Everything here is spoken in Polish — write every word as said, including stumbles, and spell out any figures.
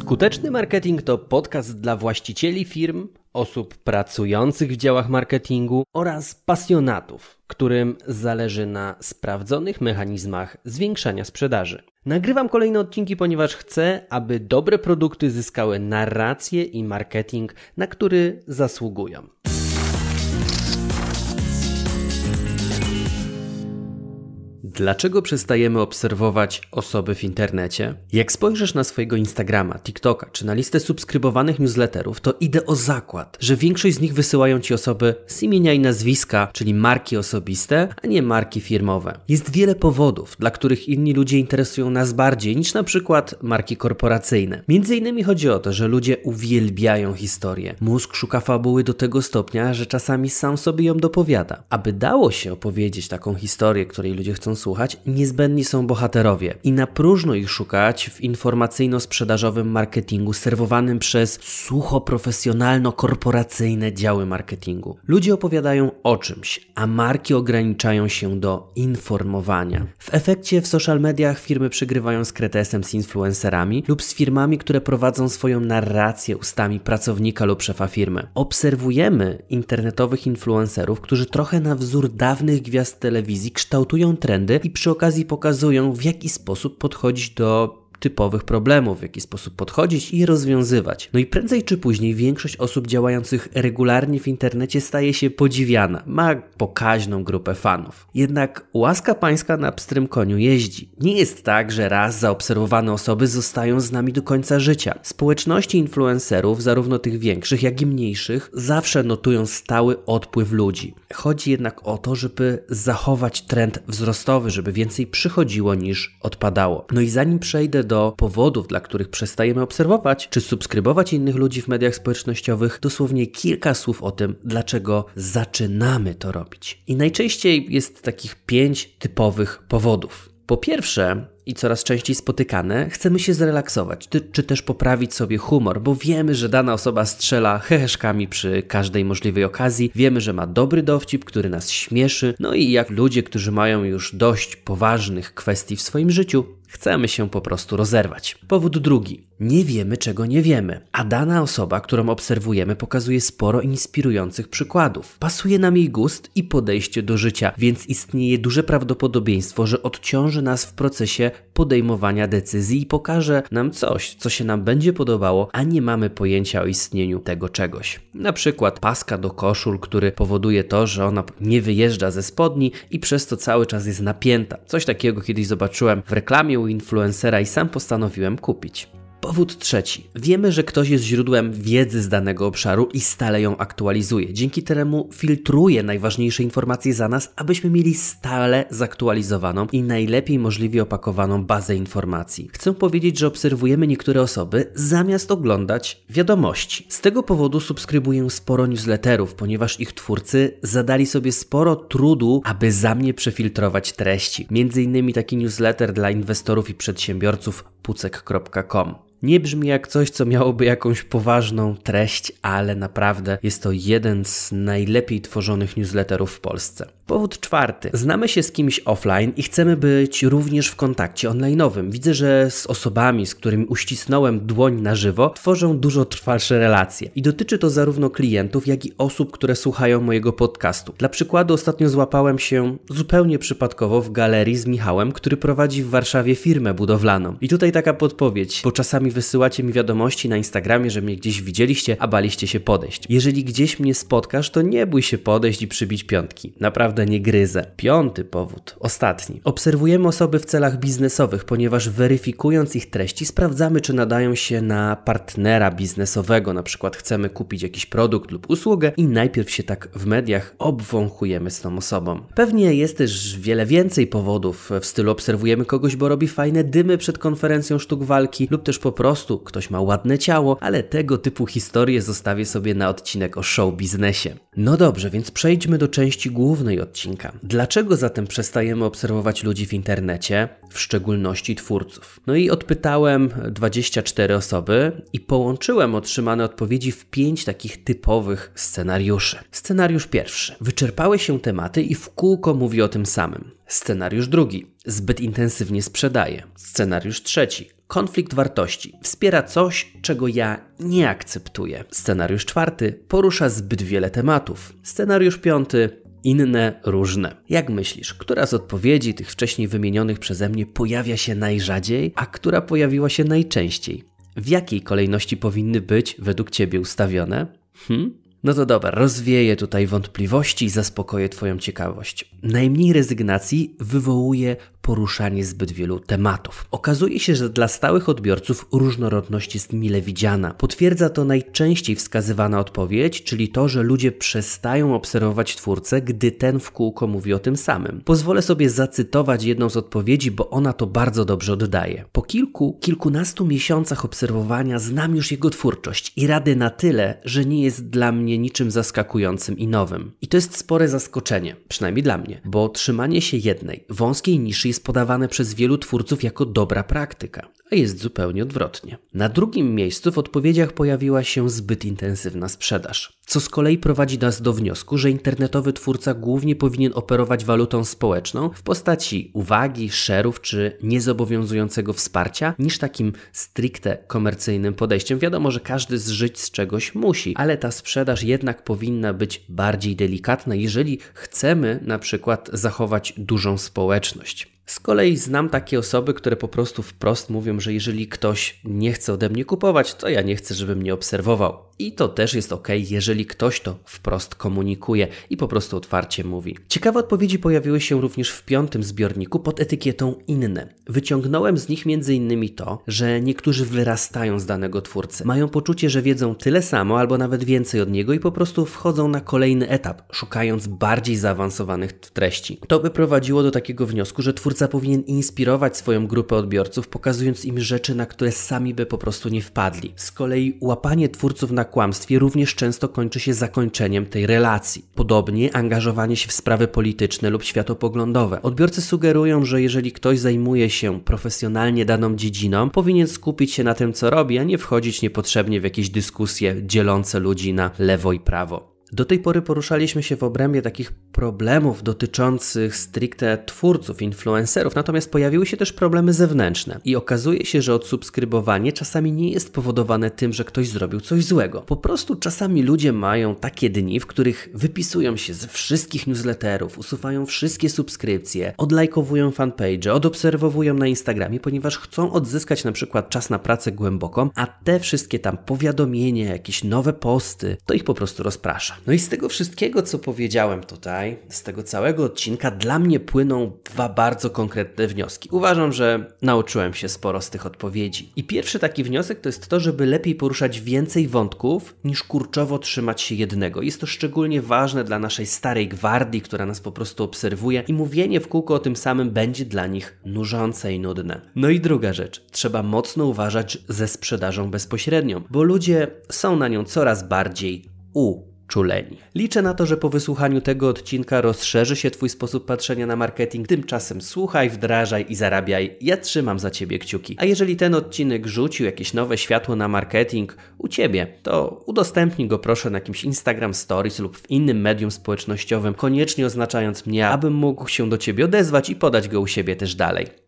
Skuteczny marketing to podcast dla właścicieli firm, osób pracujących w działach marketingu oraz pasjonatów, którym zależy na sprawdzonych mechanizmach zwiększania sprzedaży. Nagrywam kolejne odcinki, ponieważ chcę, aby dobre produkty zyskały narrację i marketing, na który zasługują. Dlaczego przestajemy obserwować osoby w internecie? Jak spojrzysz na swojego Instagrama, TikToka czy na listę subskrybowanych newsletterów, to idę o zakład, że większość z nich wysyłają Ci osoby z imienia i nazwiska, czyli marki osobiste, a nie marki firmowe. Jest wiele powodów, dla których inni ludzie interesują nas bardziej niż na przykład marki korporacyjne. Między innymi chodzi o to, że ludzie uwielbiają historię. Mózg szuka fabuły do tego stopnia, że czasami sam sobie ją dopowiada. Aby dało się opowiedzieć taką historię, której ludzie chcą słuchać, niezbędni są bohaterowie i na próżno ich szukać w informacyjno-sprzedażowym marketingu serwowanym przez sucho profesjonalno-korporacyjne działy marketingu. Ludzie opowiadają o czymś, a marki ograniczają się do informowania. W efekcie w social mediach firmy przegrywają z kretesem z influencerami lub z firmami, które prowadzą swoją narrację ustami pracownika lub szefa firmy. Obserwujemy internetowych influencerów, którzy trochę na wzór dawnych gwiazd telewizji kształtują trendy i przy okazji pokazują, w jaki sposób podchodzić do typowych problemów, w jaki sposób podchodzić i je rozwiązywać. No i prędzej czy później większość osób działających regularnie w internecie staje się podziwiana, ma pokaźną grupę fanów. Jednak łaska pańska na pstrym koniu jeździ. Nie jest tak, że raz zaobserwowane osoby zostają z nami do końca życia. Społeczności influencerów, zarówno tych większych, jak i mniejszych, zawsze notują stały odpływ ludzi. Chodzi jednak o to, żeby zachować trend wzrostowy, żeby więcej przychodziło niż odpadało. No i zanim przejdę do powodów, dla których przestajemy obserwować czy subskrybować innych ludzi w mediach społecznościowych, dosłownie kilka słów o tym, dlaczego zaczynamy to robić. I najczęściej jest takich pięć typowych powodów. Po pierwsze, i coraz częściej spotykane, chcemy się zrelaksować, ty, czy też poprawić sobie humor, bo wiemy, że dana osoba strzela heheszkami przy każdej możliwej okazji, wiemy, że ma dobry dowcip, który nas śmieszy, no i jak ludzie, którzy mają już dość poważnych kwestii w swoim życiu, chcemy się po prostu rozerwać. Powód drugi. Nie wiemy, czego nie wiemy, a dana osoba, którą obserwujemy, pokazuje sporo inspirujących przykładów. Pasuje nam jej gust i podejście do życia, więc istnieje duże prawdopodobieństwo, że odciąży nas w procesie podejmowania decyzji i pokaże nam coś, co się nam będzie podobało, a nie mamy pojęcia o istnieniu tego czegoś. Na przykład paska do koszul, który powoduje to, że ona nie wyjeżdża ze spodni i przez to cały czas jest napięta. Coś takiego kiedyś zobaczyłem w reklamie u influencera i sam postanowiłem kupić. Powód trzeci. Wiemy, że ktoś jest źródłem wiedzy z danego obszaru i stale ją aktualizuje. Dzięki temu filtruje najważniejsze informacje za nas, abyśmy mieli stale zaktualizowaną i najlepiej możliwie opakowaną bazę informacji. Chcę powiedzieć, że obserwujemy niektóre osoby zamiast oglądać wiadomości. Z tego powodu subskrybuję sporo newsletterów, ponieważ ich twórcy zadali sobie sporo trudu, aby za mnie przefiltrować treści. Między innymi taki newsletter dla inwestorów i przedsiębiorców pucek kropka com. Nie brzmi jak coś, co miałoby jakąś poważną treść, ale naprawdę jest to jeden z najlepiej tworzonych newsletterów w Polsce. Powód czwarty. Znamy się z kimś offline i chcemy być również w kontakcie online'owym. Widzę, że z osobami, z którymi uścisnąłem dłoń na żywo, tworzą dużo trwalsze relacje. I dotyczy to zarówno klientów, jak i osób, które słuchają mojego podcastu. Dla przykładu ostatnio złapałem się zupełnie przypadkowo w galerii z Michałem, który prowadzi w Warszawie firmę budowlaną. I tutaj taka podpowiedź, bo czasami wysyłacie mi wiadomości na Instagramie, że mnie gdzieś widzieliście, a baliście się podejść. Jeżeli gdzieś mnie spotkasz, to nie bój się podejść i przybić piątki. Naprawdę nie gryzę. Piąty powód, ostatni. Obserwujemy osoby w celach biznesowych, ponieważ weryfikując ich treści sprawdzamy, czy nadają się na partnera biznesowego. Na przykład chcemy kupić jakiś produkt lub usługę i najpierw się tak w mediach obwąchujemy z tą osobą. Pewnie jest też wiele więcej powodów w stylu obserwujemy kogoś, bo robi fajne dymy przed konferencją sztuk walki lub też po prostu ktoś ma ładne ciało, ale tego typu historie zostawię sobie na odcinek o show biznesie. No dobrze, więc przejdźmy do części głównej odcinka. Dlaczego zatem przestajemy obserwować ludzi w internecie, w szczególności twórców? No i odpytałem dwadzieścia cztery osoby i połączyłem otrzymane odpowiedzi w pięć takich typowych scenariuszy. Scenariusz pierwszy. Wyczerpały się tematy i w kółko mówi o tym samym. Scenariusz drugi. Zbyt intensywnie sprzedaje. Scenariusz trzeci. Konflikt wartości. Wspiera coś, czego ja nie akceptuję. Scenariusz czwarty. Porusza zbyt wiele tematów. Scenariusz piąty. Inne, różne. Jak myślisz, która z odpowiedzi tych wcześniej wymienionych przeze mnie pojawia się najrzadziej, a która pojawiła się najczęściej? W jakiej kolejności powinny być według Ciebie ustawione? Hm? No to dobra, rozwieję tutaj wątpliwości i zaspokoję Twoją ciekawość. Najmniej rezygnacji wywołuje poruszanie zbyt wielu tematów. Okazuje się, że dla stałych odbiorców różnorodność jest mile widziana. Potwierdza to najczęściej wskazywana odpowiedź, czyli to, że ludzie przestają obserwować twórcę, gdy ten w kółko mówi o tym samym. Pozwolę sobie zacytować jedną z odpowiedzi, bo ona to bardzo dobrze oddaje. Po kilku, kilkunastu miesiącach obserwowania znam już jego twórczość i rady na tyle, że nie jest dla mnie niczym zaskakującym i nowym. I to jest spore zaskoczenie, przynajmniej dla mnie, bo trzymanie się jednej, wąskiej niszy jest podawane przez wielu twórców jako dobra praktyka, a jest zupełnie odwrotnie. Na drugim miejscu w odpowiedziach pojawiła się zbyt intensywna sprzedaż, co z kolei prowadzi nas do wniosku, że internetowy twórca głównie powinien operować walutą społeczną w postaci uwagi, share'ów czy niezobowiązującego wsparcia, niż takim stricte komercyjnym podejściem. Wiadomo, że każdy zżyć z czegoś musi, ale ta sprzedaż jednak powinna być bardziej delikatna, jeżeli chcemy na przykład zachować dużą społeczność. Z kolei znam takie osoby, które po prostu wprost mówią, że jeżeli ktoś nie chce ode mnie kupować, to ja nie chcę, żeby mnie obserwował. I to też jest ok, jeżeli ktoś to wprost komunikuje i po prostu otwarcie mówi. Ciekawe odpowiedzi pojawiły się również w piątym zbiorniku pod etykietą inne. Wyciągnąłem z nich między innymi to, że niektórzy wyrastają z danego twórcy. Mają poczucie, że wiedzą tyle samo albo nawet więcej od niego i po prostu wchodzą na kolejny etap, szukając bardziej zaawansowanych treści. To by prowadziło do takiego wniosku, że twórca powinien inspirować swoją grupę odbiorców, pokazując im rzeczy, na które sami by po prostu nie wpadli. Z kolei łapanie twórców na kłamstwie również często kończy się zakończeniem tej relacji. Podobnie angażowanie się w sprawy polityczne lub światopoglądowe. Odbiorcy sugerują, że jeżeli ktoś zajmuje się profesjonalnie daną dziedziną, powinien skupić się na tym, co robi, a nie wchodzić niepotrzebnie w jakieś dyskusje dzielące ludzi na lewo i prawo. Do tej pory poruszaliśmy się w obrębie takich problemów dotyczących stricte twórców, influencerów, natomiast pojawiły się też problemy zewnętrzne i okazuje się, że odsubskrybowanie czasami nie jest powodowane tym, że ktoś zrobił coś złego. Po prostu czasami ludzie mają takie dni, w których wypisują się ze wszystkich newsletterów, usuwają wszystkie subskrypcje, odlajkowują fanpage, odobserwowują na Instagramie, ponieważ chcą odzyskać na przykład czas na pracę głęboką, a te wszystkie tam powiadomienia, jakieś nowe posty, to ich po prostu rozprasza. No i z tego wszystkiego, co powiedziałem tutaj, z tego całego odcinka, dla mnie płyną dwa bardzo konkretne wnioski. Uważam, że nauczyłem się sporo z tych odpowiedzi. I pierwszy taki wniosek to jest to, żeby lepiej poruszać więcej wątków, niż kurczowo trzymać się jednego. Jest to szczególnie ważne dla naszej starej gwardii, która nas po prostu obserwuje i mówienie w kółko o tym samym będzie dla nich nużące i nudne. No i druga rzecz. Trzeba mocno uważać ze sprzedażą bezpośrednią, bo ludzie są na nią coraz bardziej u. Czuleni. Liczę na to, że po wysłuchaniu tego odcinka rozszerzy się Twój sposób patrzenia na marketing. Tymczasem słuchaj, wdrażaj i zarabiaj. Ja trzymam za Ciebie kciuki. A jeżeli ten odcinek rzucił jakieś nowe światło na marketing u Ciebie, to udostępnij go proszę na jakimś Instagram Stories lub w innym medium społecznościowym, koniecznie oznaczając mnie, abym mógł się do Ciebie odezwać i podać go u siebie też dalej.